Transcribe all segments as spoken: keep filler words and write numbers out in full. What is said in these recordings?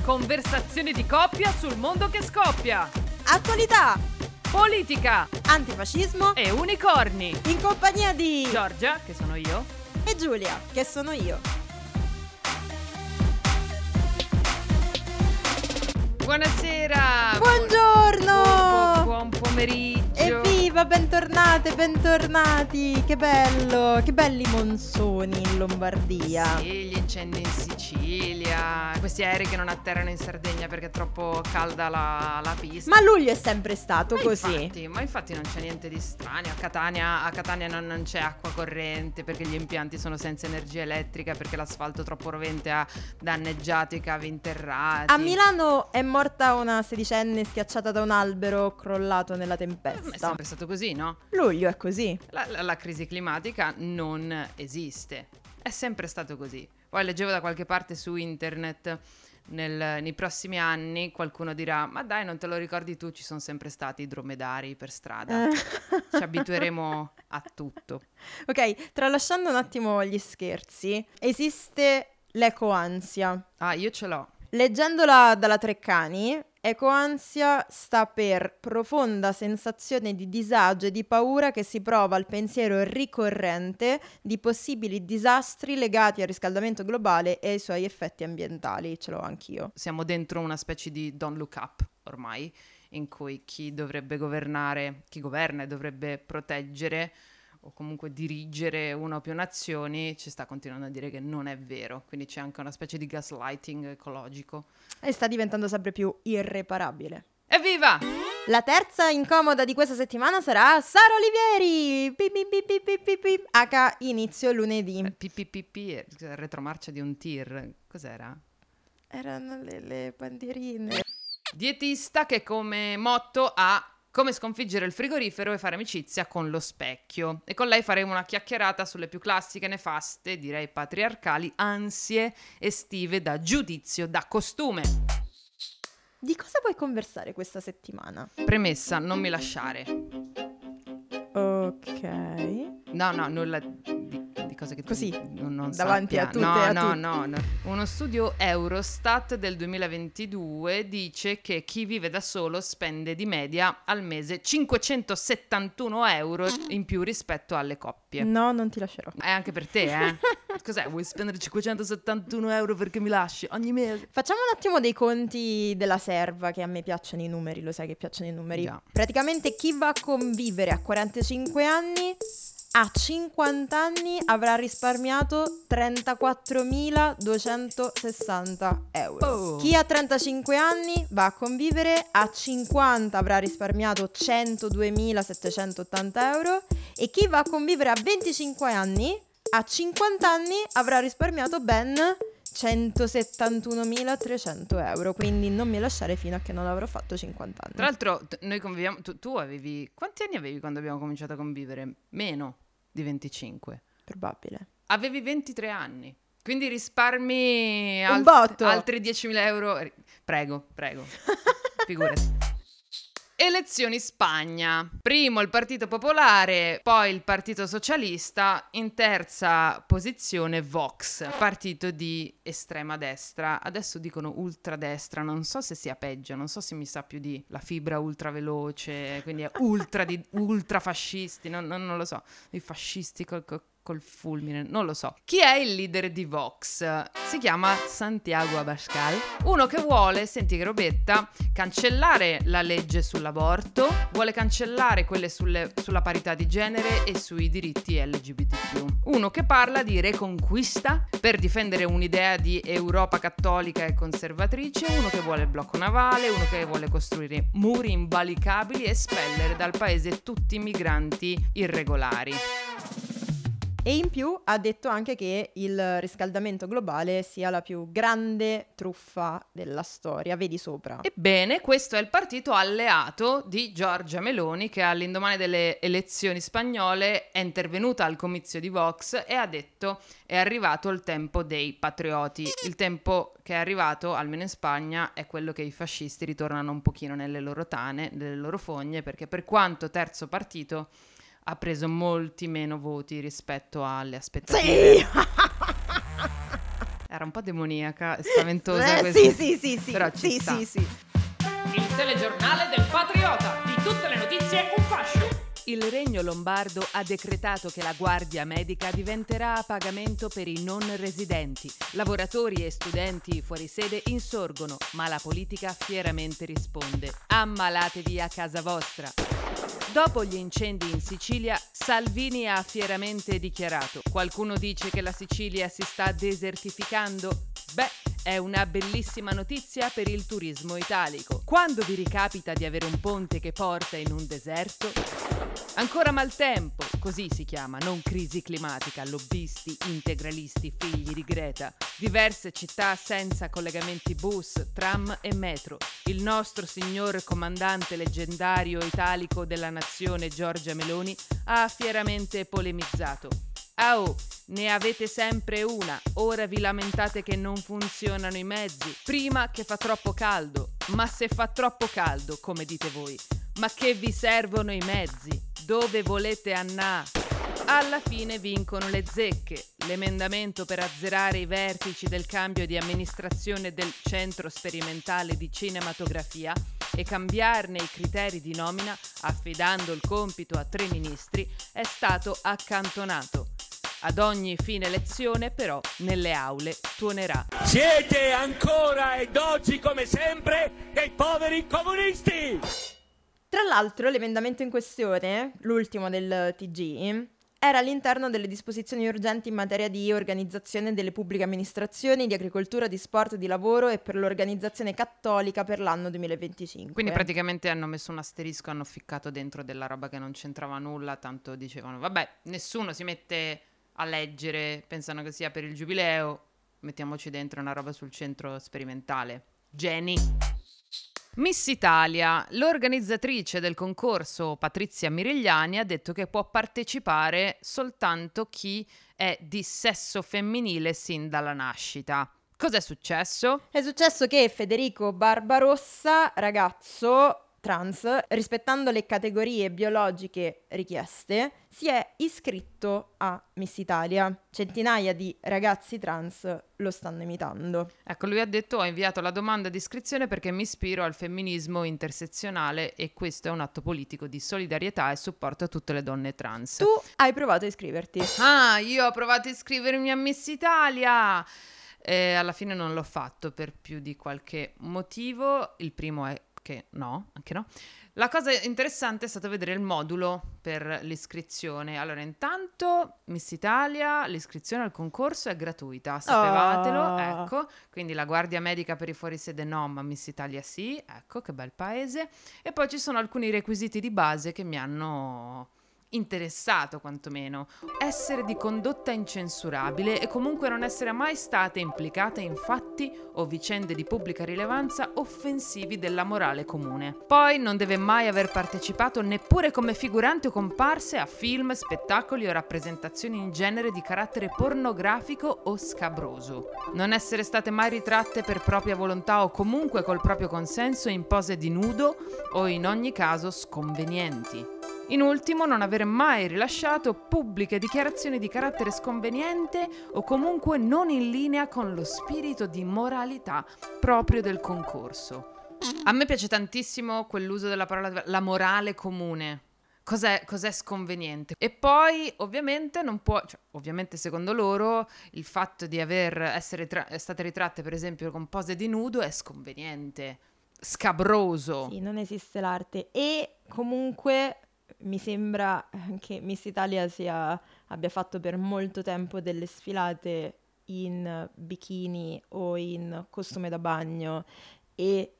Conversazioni di coppia sul mondo che scoppia. Attualità, Politica antifascismo e unicorni. in compagnia di Giorgia, che sono io, e Giulia, che sono io. Buonasera. Buongiorno. Buon, buon pomeriggio. Evviva, bentornate, bentornati. Che bello, che belli monsoni in Lombardia. Sì, gli incendi in Sicilia, questi aerei che non atterrano in Sardegna perché è troppo calda la, la pista. Ma luglio è sempre stato Ma così. infatti, ma infatti non c'è niente di strano. A Catania, a Catania non, non c'è acqua corrente perché gli impianti sono senza energia elettrica, perché l'asfalto troppo rovente ha danneggiato i cavi interrati. A Milano è morta una sedicenne schiacciata da un albero crollato nella Ma è tempesta. sempre stato così, no? Luglio è così. La, la- la crisi climatica non esiste, è sempre stato così. Poi leggevo da qualche parte su internet, nel- nei prossimi anni qualcuno dirà: ma dai, non te lo ricordi tu, ci sono sempre stati i dromedari per strada. Eh. Ci abitueremo a tutto. Ok, tralasciando un attimo gli scherzi, esiste l'ecoansia. Ah, io ce l'ho. Leggendola dalla Treccani, ecoansia sta per profonda sensazione di disagio e di paura che si prova al pensiero ricorrente di possibili disastri legati al riscaldamento globale e ai suoi effetti ambientali. Ce l'ho anch'io. Siamo dentro una specie di don't look up ormai, in cui chi dovrebbe governare, chi governa e dovrebbe proteggere o comunque dirigere una o più nazioni ci sta continuando a dire che non è vero, quindi c'è anche una specie di gaslighting ecologico. E sta diventando sempre più irreparabile. Evviva! La terza incomoda di questa settimana sarà Sara Olivieri, pip, pip, pip, pip, pip, pip, H inizio lunedì. P P P P è il retromarcia di un tir, cos'era? Erano le, le bandierine. Dietista che come motto ha come sconfiggere il frigorifero e fare amicizia con lo specchio. E con lei faremo una chiacchierata sulle più classiche, nefaste, direi patriarcali, ansie estive da giudizio da costume. Di cosa vuoi conversare questa settimana? Premessa, non mi lasciare. Ok. No, no, nulla di, di cose che tu Così, non, non davanti sappia. a tutte no, e a no, tutti. no, no. Uno studio Eurostat del duemilaventidue dice che chi vive da solo spende di media al mese cinquecentosettantuno euro in più rispetto alle coppie. No, non ti lascerò. È anche per te, eh? Cos'è? Vuoi spendere cinquecentosettantuno euro perché mi lasci ogni mese? Facciamo un attimo dei conti della serva, che a me piacciono i numeri, lo sai che piacciono i numeri. Già. Praticamente chi va a convivere a quarantacinque anni, a cinquanta anni avrà risparmiato trentaquattromiladuecentosessanta euro. Oh. Chi ha trentacinque anni va a convivere, a cinquanta avrà risparmiato centoduemilasettecentottanta euro e chi va a convivere a venticinque anni, a cinquanta anni avrà risparmiato ben centosettantunomilatrecento euro. Quindi non mi lasciare fino a che non avrò fatto cinquanta anni. Tra l'altro, t- noi conviviamo. Tu, tu avevi. Quanti anni avevi quando abbiamo cominciato a convivere? Meno di venticinque. Probabile. Avevi ventitré anni. Quindi risparmi Un botto. altri diecimila euro. Ri- Prego, prego. Figurati. Elezioni Spagna. Primo il Partito Popolare, poi il Partito Socialista, in terza posizione Vox, partito di estrema destra. Adesso dicono ultradestra, non so se sia peggio, non so se mi sa più di la fibra ultraveloce, quindi è ultra di ultrafascisti, non, non, non lo so, i fascisti col, col, col fulmine, non lo so. Chi è il leader di Vox? Si chiama Santiago Abascal, uno che vuole, senti che robetta, cancellare la legge sull'aborto, vuole cancellare quelle sulle, sulla parità di genere e sui diritti L G B T Q. Uno che parla di reconquista per difendere un'idea di Europa cattolica e conservatrice, uno che vuole il blocco navale, uno che vuole costruire muri invalicabili e espellere dal paese tutti i migranti irregolari. E in più ha detto anche che il riscaldamento globale sia la più grande truffa della storia, vedi sopra. Ebbene, questo è il partito alleato di Giorgia Meloni, che all'indomani delle elezioni spagnole è intervenuta al comizio di Vox e ha detto: è arrivato il tempo dei patrioti. Il tempo che è arrivato, almeno in Spagna, è quello che i fascisti ritornano un pochino nelle loro tane, nelle loro fogne, perché per quanto terzo partito ha preso molti meno voti rispetto alle aspettative. Sì! Era un po' demoniaca, spaventosa eh, questa. sì, sì, sì, sì. Però ci sì, sta. sì, sì. Il telegiornale del Patriota, di tutte le notizie un fascio. Il Regno Lombardo ha decretato che la guardia medica diventerà a pagamento per i non residenti. Lavoratori e studenti fuori sede insorgono, ma la politica fieramente risponde: ammalatevi a casa vostra. Dopo gli incendi in Sicilia, Salvini ha fieramente dichiarato: qualcuno dice che la Sicilia si sta desertificando? Beh, è una bellissima notizia per il turismo italico. Quando vi ricapita di avere un ponte che porta in un deserto? Ancora maltempo, così si chiama, non crisi climatica, lobbisti, integralisti, figli di Greta. Diverse città senza collegamenti bus, tram e metro. Il nostro signor comandante leggendario italico della nazione Giorgia Meloni ha fieramente polemizzato. Ah oh, ne avete sempre una, ora vi lamentate che non funzionano i mezzi, prima che fa troppo caldo, ma se fa troppo caldo, come dite voi, ma che vi servono i mezzi? Dove volete andare? Alla fine vincono le zecche. L'emendamento per azzerare i vertici del cambio di amministrazione del Centro Sperimentale di Cinematografia e cambiarne i criteri di nomina, affidando il compito a tre ministri, è stato accantonato. Ad ogni fine elezione, però, nelle aule tuonerà. Siete ancora ed oggi come sempre dei poveri comunisti! Tra l'altro, l'emendamento in questione, l'ultimo del T G, era all'interno delle disposizioni urgenti in materia di organizzazione delle pubbliche amministrazioni, di agricoltura, di sport, di lavoro e per l'organizzazione cattolica per l'anno duemilaventicinque. Quindi praticamente hanno messo un asterisco, hanno ficcato dentro della roba che non c'entrava nulla, tanto dicevano, vabbè, nessuno si mette a leggere, pensano che sia per il giubileo, mettiamoci dentro una roba sul centro sperimentale. Geni. Miss Italia, l'organizzatrice del concorso Patrizia Mirigliani ha detto che può partecipare soltanto chi è di sesso femminile sin dalla nascita. Cos'è successo? È successo che Federico Barbarossa, ragazzo trans, rispettando le categorie biologiche richieste, si è iscritto a Miss Italia. Centinaia di ragazzi trans lo stanno imitando. Ecco, lui ha detto: ho inviato la domanda di iscrizione perché mi ispiro al femminismo intersezionale e questo è un atto politico di solidarietà e supporto a tutte le donne trans. Tu hai provato a iscriverti? Ah, io ho provato a iscrivermi a Miss Italia e alla fine non l'ho fatto per più di qualche motivo. Il primo è che no, anche no. La cosa interessante è stato vedere il modulo per l'iscrizione. Allora, intanto Miss Italia, l'iscrizione al concorso è gratuita, sapevatelo, Oh. ecco. Quindi la guardia medica per i fuorisede no, ma Miss Italia sì, ecco, che bel paese. E poi ci sono alcuni requisiti di base che mi hanno interessato quantomeno: essere di condotta incensurabile e comunque non essere mai state implicate in fatti o vicende di pubblica rilevanza offensivi della morale comune. Poi non deve mai aver partecipato neppure come figurante o comparse a film, spettacoli o rappresentazioni in genere di carattere pornografico o scabroso. Non essere state mai ritratte per propria volontà o comunque col proprio consenso in pose di nudo o in ogni caso sconvenienti. In ultimo, non avere mai rilasciato pubbliche dichiarazioni di carattere sconveniente o comunque non in linea con lo spirito di moralità proprio del concorso. A me piace tantissimo quell'uso della parola la morale comune. Cos'è, cos'è sconveniente? E poi ovviamente non può, cioè, ovviamente secondo loro il fatto di aver essere tra- state ritratte per esempio con pose di nudo è sconveniente, scabroso. Sì, non esiste l'arte. E comunque mi sembra che Miss Italia sia, abbia fatto per molto tempo delle sfilate in bikini o in costume da bagno, e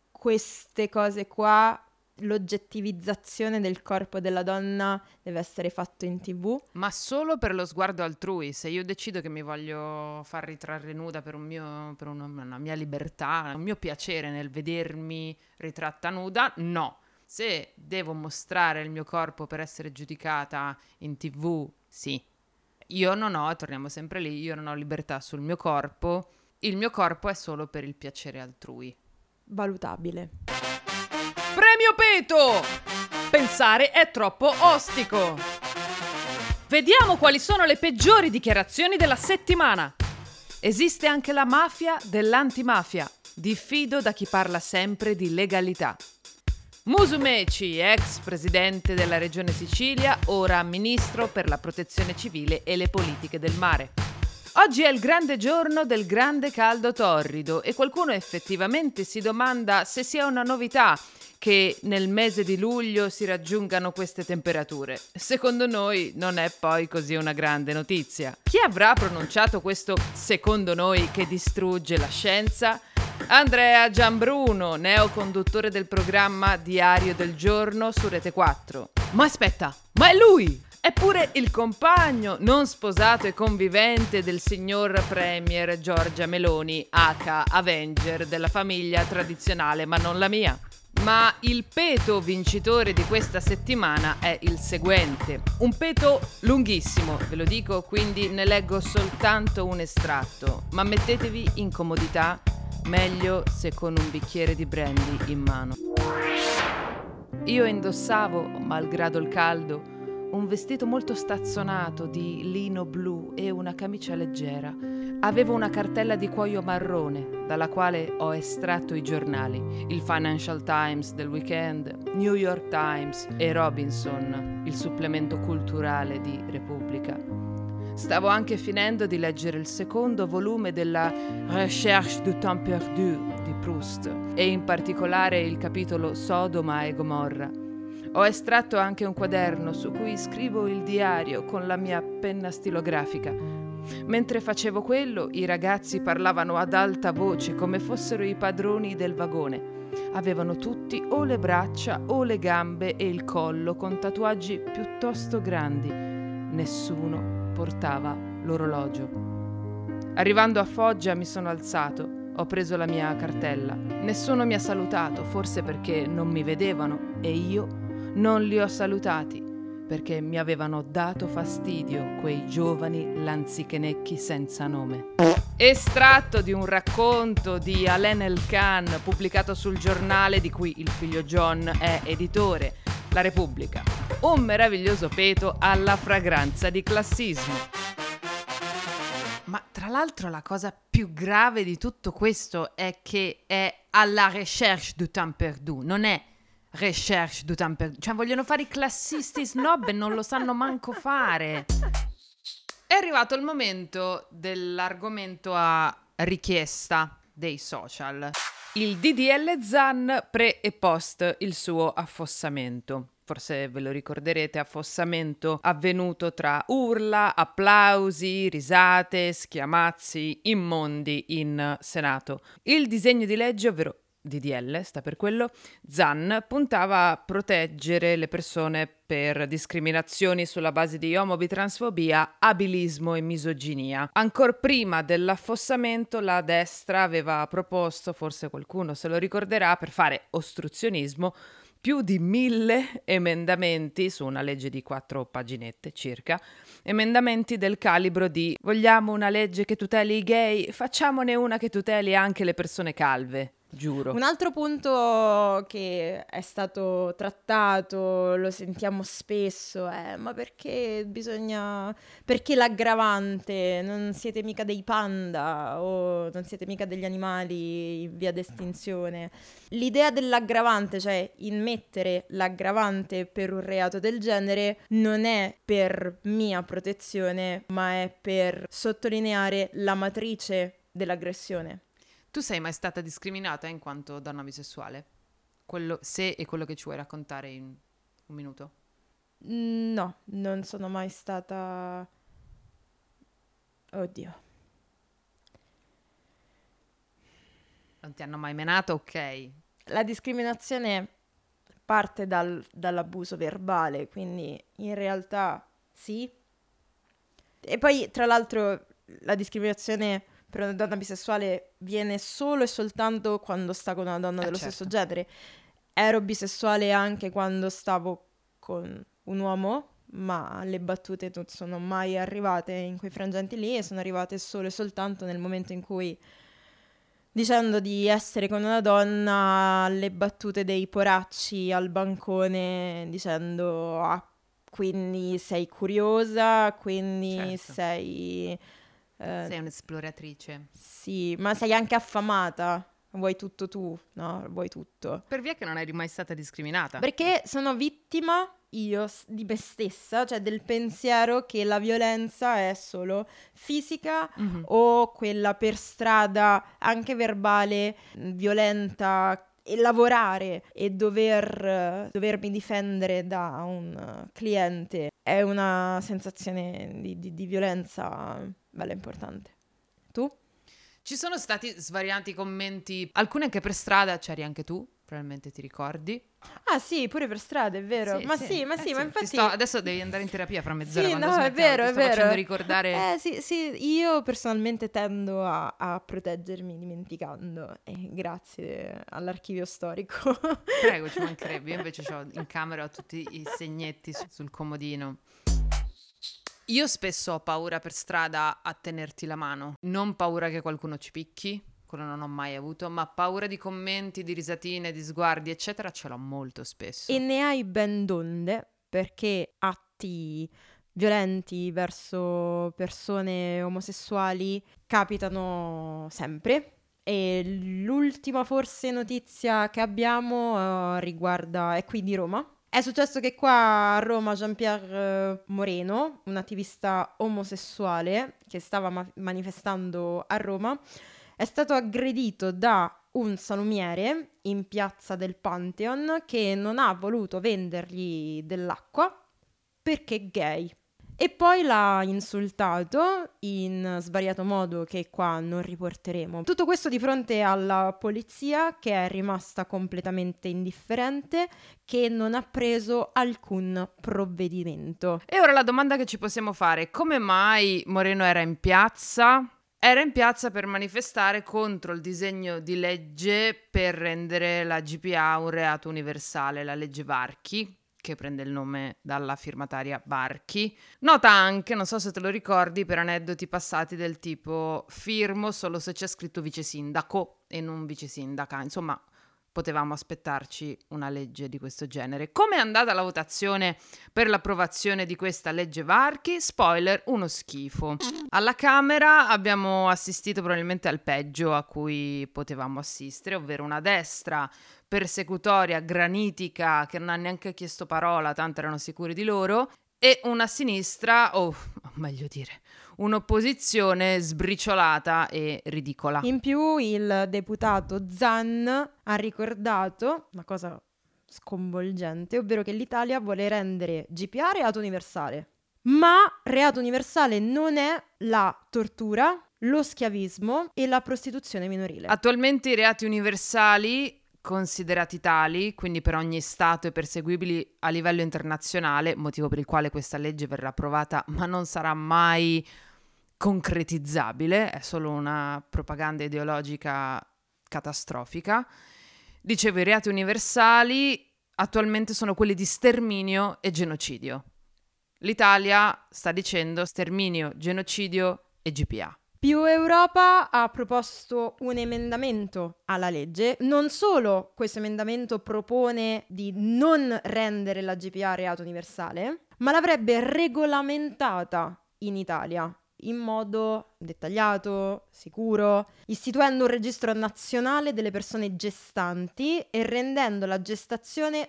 queste cose qua, l'oggettivizzazione del corpo della donna deve essere fatto in tv. Ma solo per lo sguardo altrui. Se io decido che mi voglio far ritrarre nuda per, un mio, per una, una mia libertà, un mio piacere nel vedermi ritratta nuda, no. Se devo mostrare il mio corpo per essere giudicata in tv, sì. Io non ho, torniamo sempre lì, io non ho libertà sul mio corpo. Il mio corpo è solo per il piacere altrui. Valutabile. Premio Peto! Pensare è troppo ostico. Vediamo quali sono le peggiori dichiarazioni della settimana. Esiste anche la mafia dell'antimafia. Diffido da chi parla sempre di legalità. Musumeci, ex presidente della regione Sicilia, ora ministro per la protezione civile e le politiche del mare. Oggi è il grande giorno del grande caldo torrido e qualcuno effettivamente si domanda se sia una novità che nel mese di luglio si raggiungano queste temperature. Secondo noi non è poi così una grande notizia. Chi avrà pronunciato questo secondo noi che distrugge la scienza? Andrea Gianbruno, neoconduttore del programma Diario del Giorno su Rete quattro. Ma aspetta, ma è lui! È pure il compagno non sposato e convivente del signor Premier Giorgia Meloni, aka Avenger della famiglia tradizionale ma non la mia. Ma il peto vincitore di questa settimana è il seguente. Un peto lunghissimo, ve lo dico, quindi ne leggo soltanto un estratto. Ma mettetevi in comodità, meglio se con un bicchiere di brandy in mano. Io indossavo, malgrado il caldo, un vestito molto stazzonato di lino blu e una camicia leggera. Avevo una cartella di cuoio marrone, dalla quale ho estratto i giornali, il Financial Times del weekend, New York Times e Robinson, il supplemento culturale di Repubblica. Stavo anche finendo di leggere il secondo volume della Recherche du temps perdu di Proust e in particolare il capitolo Sodoma e Gomorra. Ho estratto anche un quaderno su cui scrivo il diario con la mia penna stilografica. Mentre facevo quello, i ragazzi parlavano ad alta voce come fossero i padroni del vagone. Avevano tutti o le braccia o le gambe e il collo con tatuaggi piuttosto grandi. Nessuno portava l'orologio. Arrivando a Foggia mi sono alzato, ho preso la mia cartella. Nessuno mi ha salutato, forse perché non mi vedevano, e io non li ho salutati perché mi avevano dato fastidio quei giovani lanzichenecchi senza nome. Estratto di un racconto di Alain Elkann pubblicato sul giornale di cui il figlio John è editore, La Repubblica. Un meraviglioso peto alla fragranza di classismo. Ma tra l'altro la cosa più grave di tutto questo è che è alla recherche du temps perdu, non è recherche du temps perdu. Cioè vogliono fare i classisti snob e non lo sanno manco fare. È arrivato il momento dell'argomento a richiesta dei social. Il D D L Zan pre e post il suo affossamento. Forse ve lo ricorderete, affossamento avvenuto tra urla, applausi, risate, schiamazzi immondi in Senato. Il disegno di legge, ovvero D D L, sta per quello, Zan, puntava a proteggere le persone per discriminazioni sulla base di omobitransfobia, abilismo e misoginia. Ancor prima dell'affossamento la destra aveva proposto, forse qualcuno se lo ricorderà, per fare ostruzionismo, più di mille emendamenti su una legge di quattro paginette circa, emendamenti del calibro di vogliamo una legge che tuteli i gay, facciamone una che tuteli anche le persone calve. Giuro. Un altro punto che è stato trattato, lo sentiamo spesso, è ma perché bisogna, perché l'aggravante, non siete mica dei panda o non siete mica degli animali in via d'estinzione. L'idea dell'aggravante, cioè immettere l'aggravante per un reato del genere, non è per mia protezione, ma è per sottolineare la matrice dell'aggressione. Tu sei mai stata discriminata in quanto donna bisessuale? Quello, se e quello che ci vuoi raccontare in un minuto? No, non sono mai stata... Oddio. Non ti hanno mai menato? Ok. La discriminazione parte dal, dall'abuso verbale, quindi in realtà sì. E poi, tra l'altro, la discriminazione per una donna bisessuale viene solo e soltanto quando sta con una donna eh dello certo. stesso genere. Ero bisessuale anche quando stavo con un uomo, ma le battute non sono mai arrivate in quei frangenti lì e sono arrivate solo e soltanto nel momento in cui, dicendo di essere con una donna, le battute dei poracci al bancone dicendo ah, quindi sei curiosa, quindi Certo. sei... Eh, Sei un'esploratrice. sì, ma sei anche affamata. Vuoi tutto tu, no? Vuoi tutto. Per via che non eri mai stata discriminata. Perché sono vittima io s- di me stessa, cioè del pensiero che la violenza è solo fisica Mhm. o quella per strada, anche verbale, mh, violenta, e lavorare e dover, eh, dovermi difendere da un eh, cliente è una sensazione di, di- di violenza bella importante. Tu? Ci sono stati svariati commenti, alcune anche per strada, c'eri anche tu, probabilmente ti ricordi. Ah sì, pure per strada, è vero. Ma sì, ma eh sì, ma Ti infatti... sto- adesso devi andare in terapia fra mezz'ora, Sì, quando no, è smettiamo, vero, ti è sto vero. facendo ricordare... Eh sì, sì, io personalmente tendo a, a proteggermi dimenticando. E grazie all'archivio storico. Prego, ci mancherebbe, io invece ho in camera ho tutti i segnetti su- sul comodino. Io spesso ho paura per strada a tenerti la mano, non paura che qualcuno ci picchi, quello non ho mai avuto, ma paura di commenti, di risatine, di sguardi, eccetera, ce l'ho molto spesso. E ne hai ben donde, perché atti violenti verso persone omosessuali capitano sempre. E l'ultima forse notizia che abbiamo eh, riguarda, è qui di Roma. È successo che qua a Roma Jean-Pierre eh, Moreno, un attivista omosessuale che stava ma- manifestando a Roma, è stato aggredito da un salumiere in piazza del Pantheon che non ha voluto vendergli dell'acqua perché è gay. E poi l'ha insultato in svariato modo che qua non riporteremo. Tutto questo di fronte alla polizia che è rimasta completamente indifferente, che non ha preso alcun provvedimento. E ora la domanda che ci possiamo fare, come mai Moreno era in piazza? Era in piazza per manifestare contro il disegno di legge per rendere la G P A un reato universale, la legge Varchi, che prende il nome dalla firmataria Varchi. Nota anche, non so se te lo ricordi, per aneddoti passati del tipo firmo solo se c'è scritto vice sindaco e non vice sindaca. Insomma, potevamo aspettarci una legge di questo genere. Come è andata la votazione per l'approvazione di questa legge Varchi? Spoiler, uno schifo. Alla Camera abbiamo assistito probabilmente al peggio a cui potevamo assistere, ovvero una destra persecutoria, granitica, che non ha neanche chiesto parola, tanto erano sicuri di loro, e una sinistra, o oh, meglio dire, un'opposizione sbriciolata e ridicola. In più il deputato Zan ha ricordato una cosa sconvolgente, ovvero che l'Italia vuole rendere G P A reato universale. Ma reato universale non è la tortura, lo schiavismo e la prostituzione minorile. Attualmente i reati universali considerati tali, quindi per ogni Stato e perseguibili a livello internazionale, motivo per il quale questa legge verrà approvata ma non sarà mai concretizzabile, è solo una propaganda ideologica catastrofica. Dicevo, i reati universali attualmente sono quelli di sterminio e genocidio. L'Italia sta dicendo sterminio, genocidio e G P A. Più Europa ha proposto un emendamento alla legge. Non solo questo emendamento propone di non rendere la G P A reato universale, ma l'avrebbe regolamentata in Italia in modo dettagliato, sicuro, istituendo un registro nazionale delle persone gestanti e rendendo la gestazione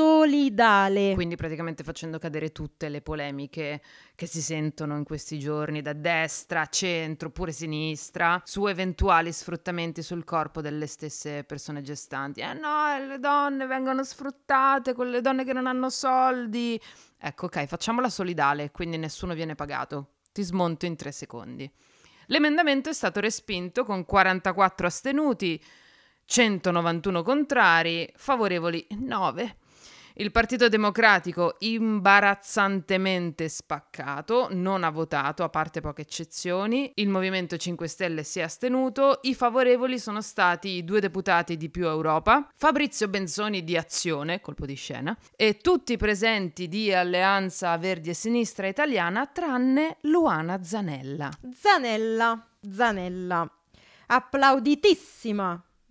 solidale. Quindi praticamente facendo cadere tutte le polemiche che si sentono in questi giorni da destra, centro, pure sinistra, su eventuali sfruttamenti sul corpo delle stesse persone gestanti. Eh no, le donne vengono sfruttate, con le donne che non hanno soldi. Ecco, ok, facciamola solidale, quindi nessuno viene pagato. Ti smonto in tre secondi. L'emendamento è stato respinto con quarantaquattro astenuti, centonovantuno contrari, favorevoli nove. Il Partito Democratico, imbarazzantemente spaccato, non ha votato, a parte poche eccezioni. Il Movimento cinque Stelle si è astenuto. I favorevoli sono stati i due deputati di Più Europa, Fabrizio Benzoni di Azione, colpo di scena, e tutti i presenti di Alleanza Verdi e Sinistra Italiana, tranne Luana Zanella. Zanella, Zanella, applauditissima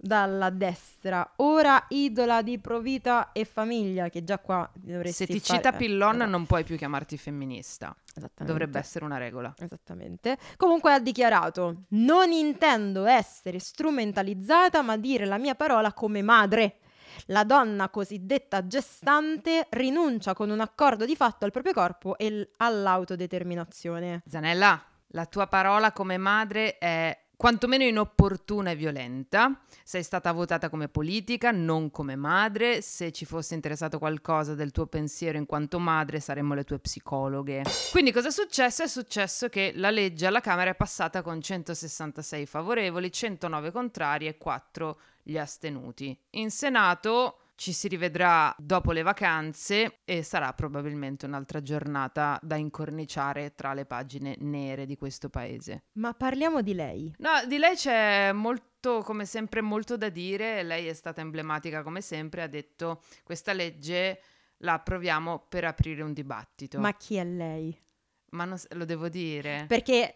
dalla destra, ora idola di Provita e Famiglia, che già qua dovresti Se ti fare... cita Pillon eh, non puoi più chiamarti femminista. Esattamente. Dovrebbe essere una regola. Esattamente. Comunque ha dichiarato: non intendo essere strumentalizzata, ma dire la mia parola come madre. La donna cosiddetta gestante rinuncia con un accordo di fatto al proprio corpo e l- all'autodeterminazione. Zanella, la tua parola come madre è quantomeno inopportuna e violenta. Sei stata votata come politica, non come madre. Se ci fosse interessato qualcosa del tuo pensiero in quanto madre, saremmo le tue psicologhe. Quindi cosa è successo? È successo che la legge alla Camera è passata con centosessantasei favorevoli, centonove contrari e quattro gli astenuti. In Senato ci si rivedrà dopo le vacanze e sarà probabilmente un'altra giornata da incorniciare tra le pagine nere di questo paese. Ma parliamo di lei. No, di lei c'è molto, come sempre, molto da dire. Lei è stata emblematica come sempre, ha detto: questa legge la approviamo per aprire un dibattito. Ma chi è lei? Ma non s- lo devo dire? Perché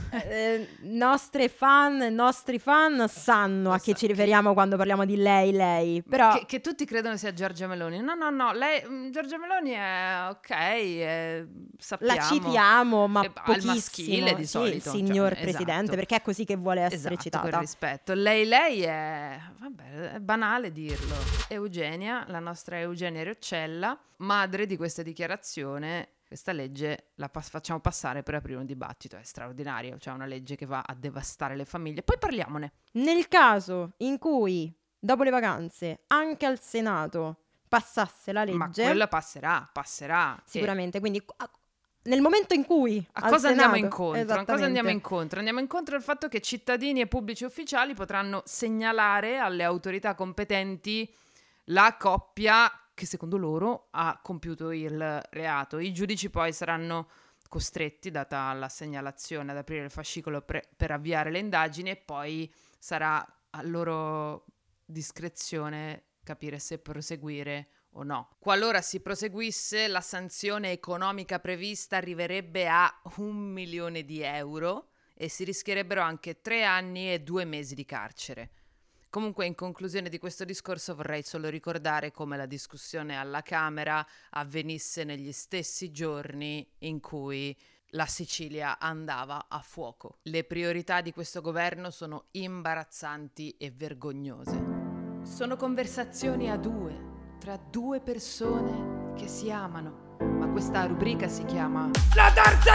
eh, nostre fan, nostri fan sanno Lo a chi sa- ci riferiamo quando parliamo di lei, lei. Però Che, che tutti credono sia Giorgia Meloni. No, no, no, lei, mm, Giorgia Meloni è ok, è- sappiamo. la citiamo, ma È al pochissimo. maschile di Sì, solito, signor cioè, Presidente, esatto. perché è così che vuole essere Esatto, citata. con rispetto. Lei, lei è, vabbè, è banale dirlo. Eugenia, la nostra Eugenia Rioccella, madre di questa dichiarazione. Questa legge la pas- facciamo passare per aprire un dibattito, è straordinario, cioè una legge che va a devastare le famiglie. Poi parliamone. Nel caso in cui, dopo le vacanze, anche al Senato passasse la legge, Ma quella passerà, passerà. Che- sicuramente, quindi a- nel momento in cui A al cosa andiamo Senato- incontro? A cosa Esattamente. andiamo incontro? Andiamo incontro al fatto che cittadini e pubblici ufficiali potranno segnalare alle autorità competenti la coppia che secondo loro ha compiuto il reato. I giudici poi saranno costretti, data la segnalazione, ad aprire il fascicolo pre- per avviare le indagini e poi sarà a loro discrezione capire se proseguire o no. Qualora si proseguisse, la sanzione economica prevista arriverebbe a un milione di euro e si rischierebbero anche tre anni e due mesi di carcere. Comunque, in conclusione di questo discorso, vorrei solo ricordare come la discussione alla Camera avvenisse negli stessi giorni in cui la Sicilia andava a fuoco. Le priorità di questo governo sono imbarazzanti e vergognose. Sono conversazioni a due, tra due persone che si amano, ma questa rubrica si chiama La terza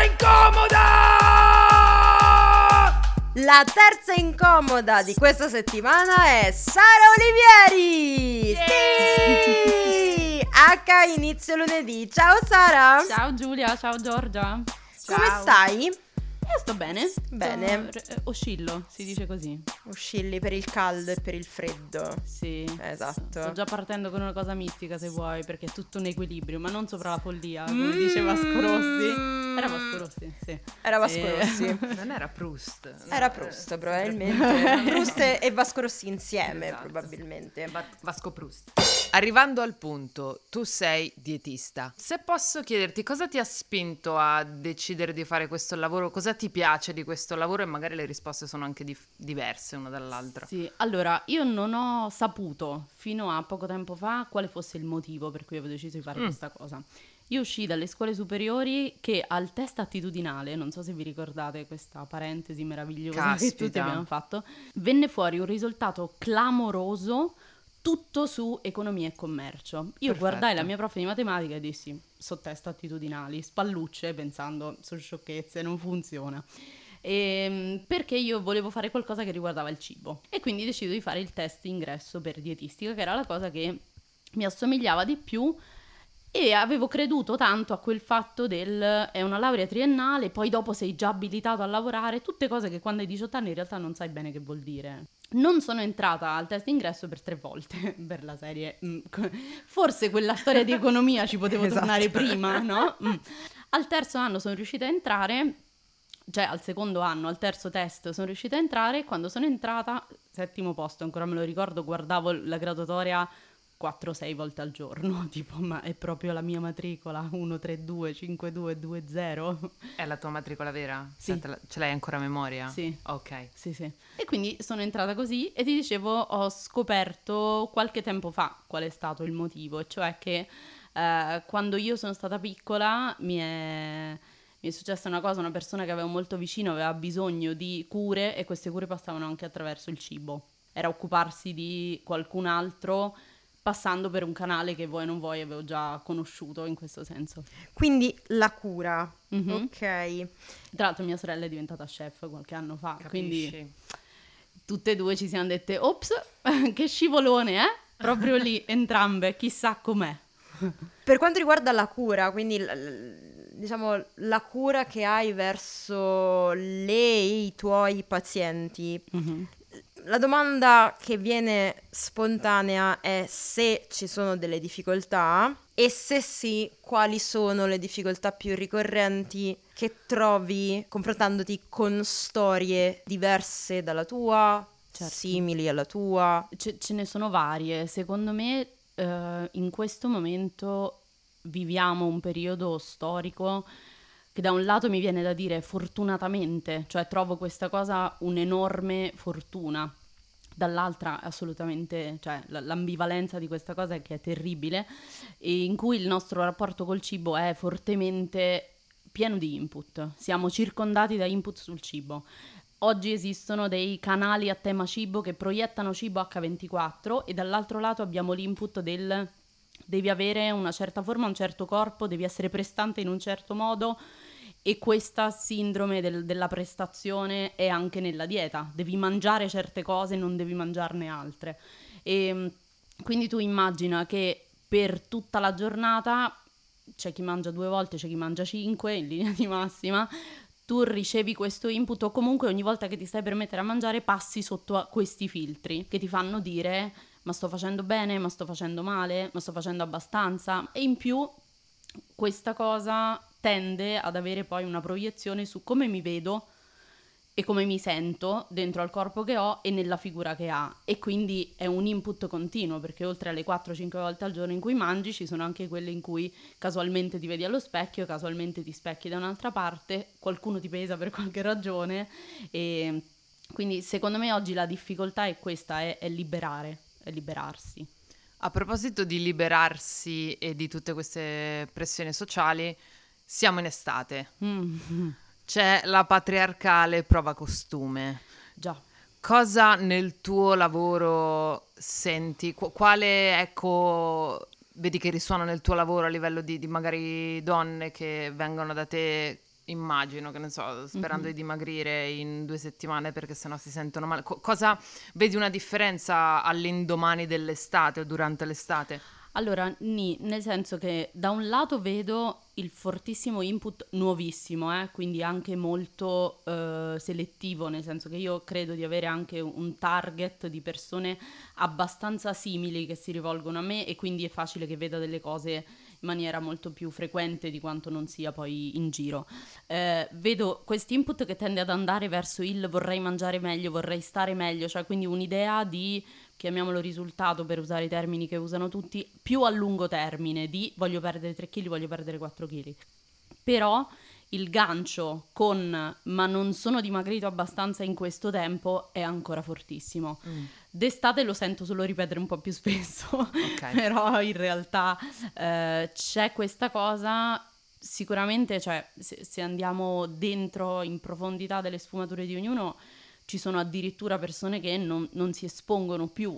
incomoda! La terza incomoda di questa settimana è Sara Olivieri! Sì! H inizio lunedì. Ciao Sara! Ciao Giulia, ciao Giorgia. Come stai? Io sto bene. Bene. Sto- eh, oscillo, si dice così. Oscilli per il caldo e per il freddo. Sì. Esatto. Sto già partendo con una cosa mistica, se vuoi, perché è tutto un equilibrio, ma non sopra la follia, come dice Vasco Rossi. Era Vasco Rossi, sì. Era Vasco Eh, Rossi. Non era Proust. no, Era eh, Proust probabilmente. Proust e Vasco Rossi insieme Esatto. probabilmente. Va- Vasco Proust. Arrivando al punto, tu sei dietista. Se posso chiederti cosa ti ha spinto a decidere di fare questo lavoro, cosa ti piace di questo lavoro e magari le risposte sono anche dif- diverse una dall'altra. Sì, allora io non ho saputo fino a poco tempo fa quale fosse il motivo per cui avevo deciso di fare Mm. questa cosa. Io uscii dalle scuole superiori che al test attitudinale, non so se vi ricordate questa parentesi meravigliosa che tutti Caspita. abbiamo fatto, venne fuori un risultato clamoroso tutto su economia e commercio. Io Perfetto. guardai la mia prof di matematica e dissi, so test attitudinali, spallucce, pensando, sono sciocchezze, non funziona. Ehm, perché io volevo fare qualcosa che riguardava il cibo e quindi decido di fare il test ingresso per dietistica, che era la cosa che mi assomigliava di più e avevo creduto tanto a quel fatto del è una laurea triennale, poi dopo sei già abilitato a lavorare, tutte cose che quando hai diciotto anni in realtà non sai bene che vuol dire. Non sono entrata al test ingresso per tre volte, per la serie. mm, co- Forse quella storia di economia ci potevo Esatto. tornare prima, no? Mm. Al terzo anno sono riuscita a entrare, cioè al secondo anno, al terzo test sono riuscita a entrare e quando sono entrata, settimo posto, ancora me lo ricordo, guardavo la graduatoria quattro sei volte al giorno, tipo, ma è proprio la mia matricola, uno tre due cinque due due zero. È la tua matricola vera? Sì. Cioè, te la- ce l'hai ancora a memoria? Sì. Ok. Sì, sì. E quindi sono entrata così e ti dicevo, ho scoperto qualche tempo fa qual è stato il motivo, e cioè che eh, quando io sono stata piccola mi è, mi è successa una cosa, una persona che avevo molto vicino aveva bisogno di cure e queste cure passavano anche attraverso il cibo. Era occuparsi di qualcun altro passando per un canale che vuoi o non vuoi avevo già conosciuto in questo senso. Quindi la cura. Mhm. Ok. Tra l'altro mia sorella è diventata chef qualche anno fa, Capisci? quindi tutte e due ci siamo dette, ops, che scivolone, eh? Proprio lì, entrambe, chissà com'è. Per quanto riguarda la cura, quindi l- l- diciamo la cura che hai verso le e i tuoi pazienti, Mhm. la domanda che viene spontanea è se ci sono delle difficoltà e se sì, quali sono le difficoltà più ricorrenti che trovi confrontandoti con storie diverse dalla tua, Certo. simili alla tua. Ce, ce ne sono varie. Secondo me eh, in questo momento viviamo un periodo storico che da un lato mi viene da dire fortunatamente, cioè trovo questa cosa un'enorme fortuna. Dall'altra assolutamente, cioè l- l'ambivalenza di questa cosa è che è terribile, e in cui il nostro rapporto col cibo è fortemente pieno di input. Siamo circondati da input sul cibo. Oggi esistono dei canali a tema cibo che proiettano cibo acca ventiquattro e dall'altro lato abbiamo l'input del devi avere una certa forma, un certo corpo, devi essere prestante in un certo modo, e questa sindrome del- della prestazione è anche nella dieta. Devi mangiare certe cose, non devi mangiarne altre. E quindi tu immagina che per tutta la giornata c'è chi mangia due volte, c'è chi mangia cinque in linea di massima. Tu ricevi questo input o comunque ogni volta che ti stai per mettere a mangiare passi sotto a questi filtri che ti fanno dire ma sto facendo bene, ma sto facendo male, ma sto facendo abbastanza, e in più questa cosa tende ad avere poi una proiezione su come mi vedo e come mi sento dentro al corpo che ho e nella figura che ha, e quindi è un input continuo, perché oltre alle quattro cinque volte al giorno in cui mangi ci sono anche quelle in cui casualmente ti vedi allo specchio, casualmente ti specchi da un'altra parte, qualcuno ti pesa per qualche ragione, e quindi secondo me oggi la difficoltà è questa, è, è liberare, è liberarsi. A proposito di liberarsi e di tutte queste pressioni sociali, siamo in estate. Mm. C'è la patriarcale prova costume. Già. Cosa nel tuo lavoro senti? Qu- quale, ecco, vedi che risuona nel tuo lavoro a livello di, di magari donne che vengono da te, immagino, che ne so, sperando Mhm. di dimagrire in due settimane perché sennò si sentono male. Co- cosa vedi una differenza all'indomani dell'estate o durante l'estate? Allora, nì, nel senso che da un lato vedo il fortissimo input nuovissimo, eh, quindi anche molto eh, selettivo, nel senso che io credo di avere anche un target di persone abbastanza simili che si rivolgono a me, e quindi è facile che veda delle cose in maniera molto più frequente di quanto non sia poi in giro. Eh, vedo questo input che tende ad andare verso il vorrei mangiare meglio, vorrei stare meglio, cioè quindi un'idea di, chiamiamolo risultato per usare i termini che usano tutti, più a lungo termine, di voglio perdere tre chili, voglio perdere quattro chili. Però il gancio con ma non sono dimagrito abbastanza in questo tempo è ancora fortissimo. Mm. D'estate lo sento solo ripetere un po' più spesso, Ok. però in realtà eh, c'è questa cosa. Sicuramente, cioè, se, se andiamo dentro in profondità delle sfumature di ognuno, ci sono addirittura persone che non, non si espongono più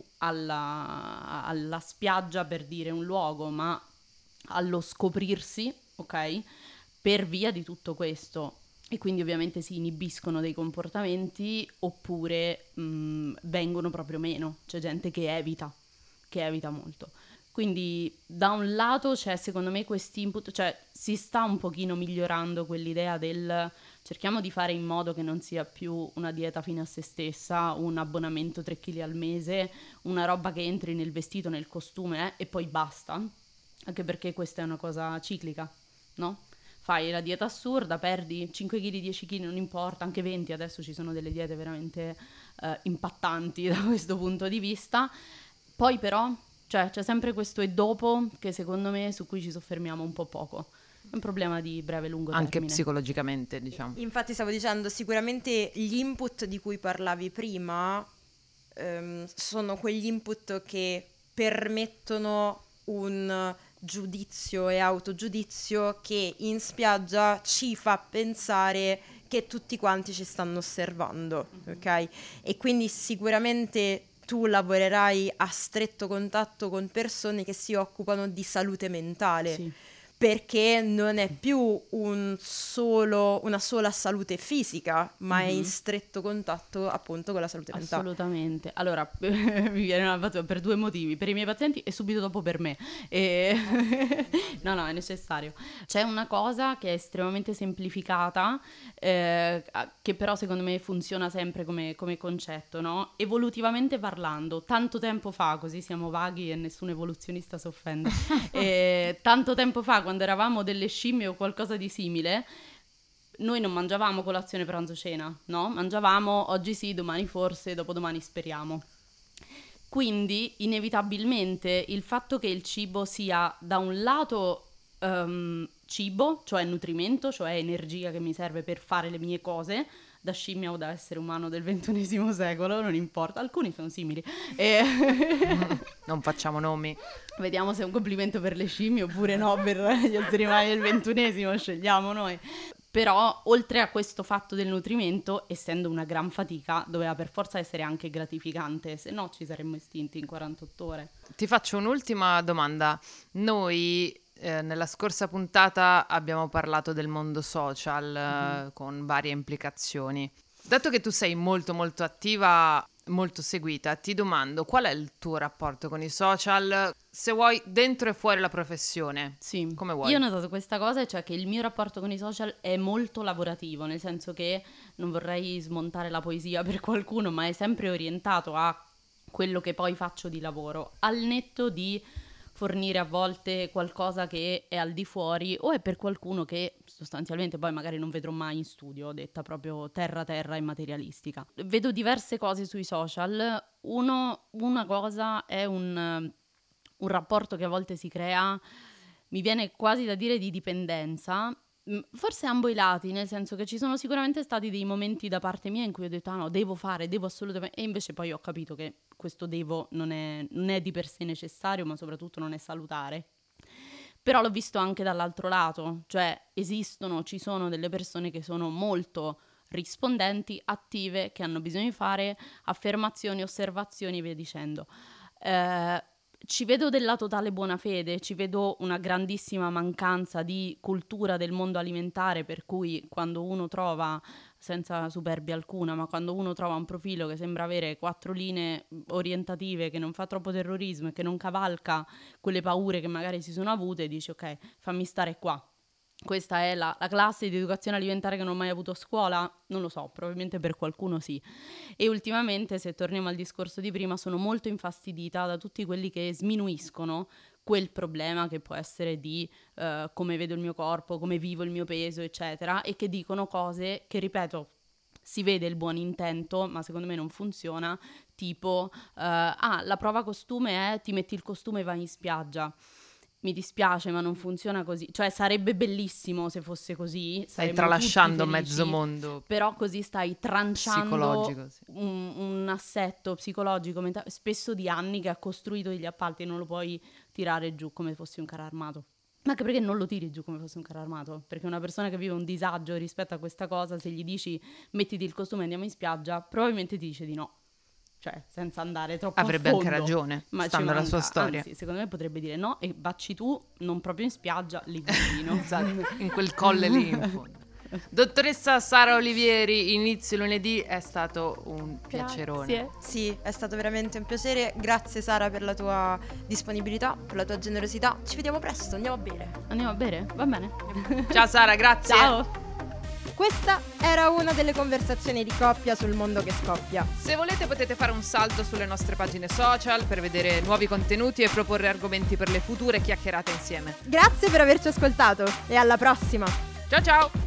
alla, alla spiaggia, per dire un luogo, ma allo scoprirsi, ok? Per via di tutto questo. E quindi ovviamente si inibiscono dei comportamenti oppure mh, vengono proprio meno. C'è gente che evita, che evita molto. Quindi da un lato c'è secondo me quest'input, cioè si sta un pochino migliorando quell'idea del cerchiamo di fare in modo che non sia più una dieta fine a se stessa, un abbonamento tre chili al mese, una roba che entri nel vestito, nel costume eh, e poi basta, anche perché questa è una cosa ciclica, no? Fai la dieta assurda, perdi cinque chili, dieci chili, non importa, anche venti, adesso ci sono delle diete veramente eh, impattanti da questo punto di vista, poi però Cioè c'è sempre questo e dopo che secondo me su cui ci soffermiamo un po' poco. È un problema di breve e lungo termine. Anche psicologicamente, diciamo. Infatti stavo dicendo, sicuramente gli input di cui parlavi prima ehm, sono quegli input che permettono un giudizio e autogiudizio che in spiaggia ci fa pensare che tutti quanti ci stanno osservando, ok? E quindi sicuramente tu lavorerai a stretto contatto con persone che si occupano di salute mentale. Sì. Perché non è più un solo, una sola salute fisica, ma Mm-hmm. è in stretto contatto appunto con la salute mentale. Assolutamente. Allora, mi viene una battuta per due motivi, per i miei pazienti e subito dopo per me. E... no, no, è necessario. C'è una cosa che è estremamente semplificata, eh, che però secondo me funziona sempre come, come concetto, no? Evolutivamente parlando, tanto tempo fa, così siamo vaghi e nessun evoluzionista si offende, e tanto tempo fa, quando eravamo delle scimmie o qualcosa di simile, noi non mangiavamo colazione, pranzo, cena, no? Mangiavamo oggi sì, domani forse, dopodomani speriamo. Quindi inevitabilmente il fatto che il cibo sia da un lato um, cibo, cioè nutrimento, cioè energia che mi serve per fare le mie cose, da scimmia o da essere umano del ventunesimo secolo, non importa, alcuni sono simili. E... non facciamo nomi. Vediamo se è un complimento per le scimmie oppure no per gli esseri umani del ventunesimo, scegliamo noi. Però oltre a questo fatto del nutrimento, essendo una gran fatica, doveva per forza essere anche gratificante, se no ci saremmo estinti in quarantotto ore. Ti faccio un'ultima domanda. Noi eh, nella scorsa puntata abbiamo parlato del mondo social mm-hmm. eh, con varie implicazioni. Dato che tu sei molto molto attiva, molto seguita, ti domando qual è il tuo rapporto con i social, se vuoi dentro e fuori la professione. Sì, come vuoi. Io ho notato questa cosa, cioè che il mio rapporto con i social è molto lavorativo, nel senso che non vorrei smontare la poesia per qualcuno, ma è sempre orientato a quello che poi faccio di lavoro, al netto di fornire a volte qualcosa che è al di fuori o è per qualcuno che sostanzialmente poi magari non vedrò mai in studio, detta proprio terra terra e materialistica. Vedo diverse cose sui social. Uno, una cosa è un, un rapporto che a volte si crea, mi viene quasi da dire di dipendenza, forse ambo i lati, nel senso che ci sono sicuramente stati dei momenti da parte mia in cui ho detto ah no, devo fare, devo assolutamente, e invece poi ho capito che questo devo non è, non è di per sé necessario, ma soprattutto non è salutare. Però l'ho visto anche dall'altro lato, cioè esistono, ci sono delle persone che sono molto rispondenti, attive, che hanno bisogno di fare affermazioni, osservazioni e via dicendo. Eh, Ci vedo della totale buona fede, ci vedo una grandissima mancanza di cultura del mondo alimentare, per cui quando uno trova, senza superbia alcuna, ma quando uno trova un profilo che sembra avere quattro linee orientative, che non fa troppo terrorismo e che non cavalca quelle paure che magari si sono avute, dici ok, fammi stare qua. Questa è la, la classe di educazione alimentare che non ho mai avuto a scuola? Non lo so, probabilmente per qualcuno sì. E ultimamente, se torniamo al discorso di prima, sono molto infastidita da tutti quelli che sminuiscono quel problema che può essere di uh, come vedo il mio corpo, come vivo il mio peso, eccetera, e che dicono cose che, ripeto, si vede il buon intento, ma secondo me non funziona, tipo, uh, ah, la prova costume è ti metti il costume e vai in spiaggia. Mi dispiace, ma non funziona così. Cioè, sarebbe bellissimo se fosse così. Stai tralasciando mezzo mondo. Però così stai tranciando sì. un, un assetto psicologico, mentale, spesso di anni, che ha costruito degli appalti e non lo puoi tirare giù come fossi un carro armato. Ma anche perché non lo tiri giù come fosse un carro armato? Perché una persona che vive un disagio rispetto a questa cosa, se gli dici mettiti il costume e andiamo in spiaggia, probabilmente ti dice di no. Cioè, senza andare troppo avrebbe a fondo. Avrebbe anche ragione, ma stando alla sua storia. Anzi, secondo me potrebbe dire no e vacci tu, non proprio in spiaggia, lì vicino. Esatto, in quel colle lì in fondo. Dottoressa Sara Olivieri, inizio lunedì, è stato un piacerone. Grazie. Sì, è stato veramente un piacere. Grazie Sara per la tua disponibilità, per la tua generosità. Ci vediamo presto, andiamo a bere. Andiamo a bere? Va bene. Ciao Sara, grazie. Ciao. Questa era una delle conversazioni di coppia sul mondo che scoppia. Se volete potete fare un salto sulle nostre pagine social per vedere nuovi contenuti e proporre argomenti per le future chiacchierate insieme. Grazie per averci ascoltato e alla prossima. Ciao ciao!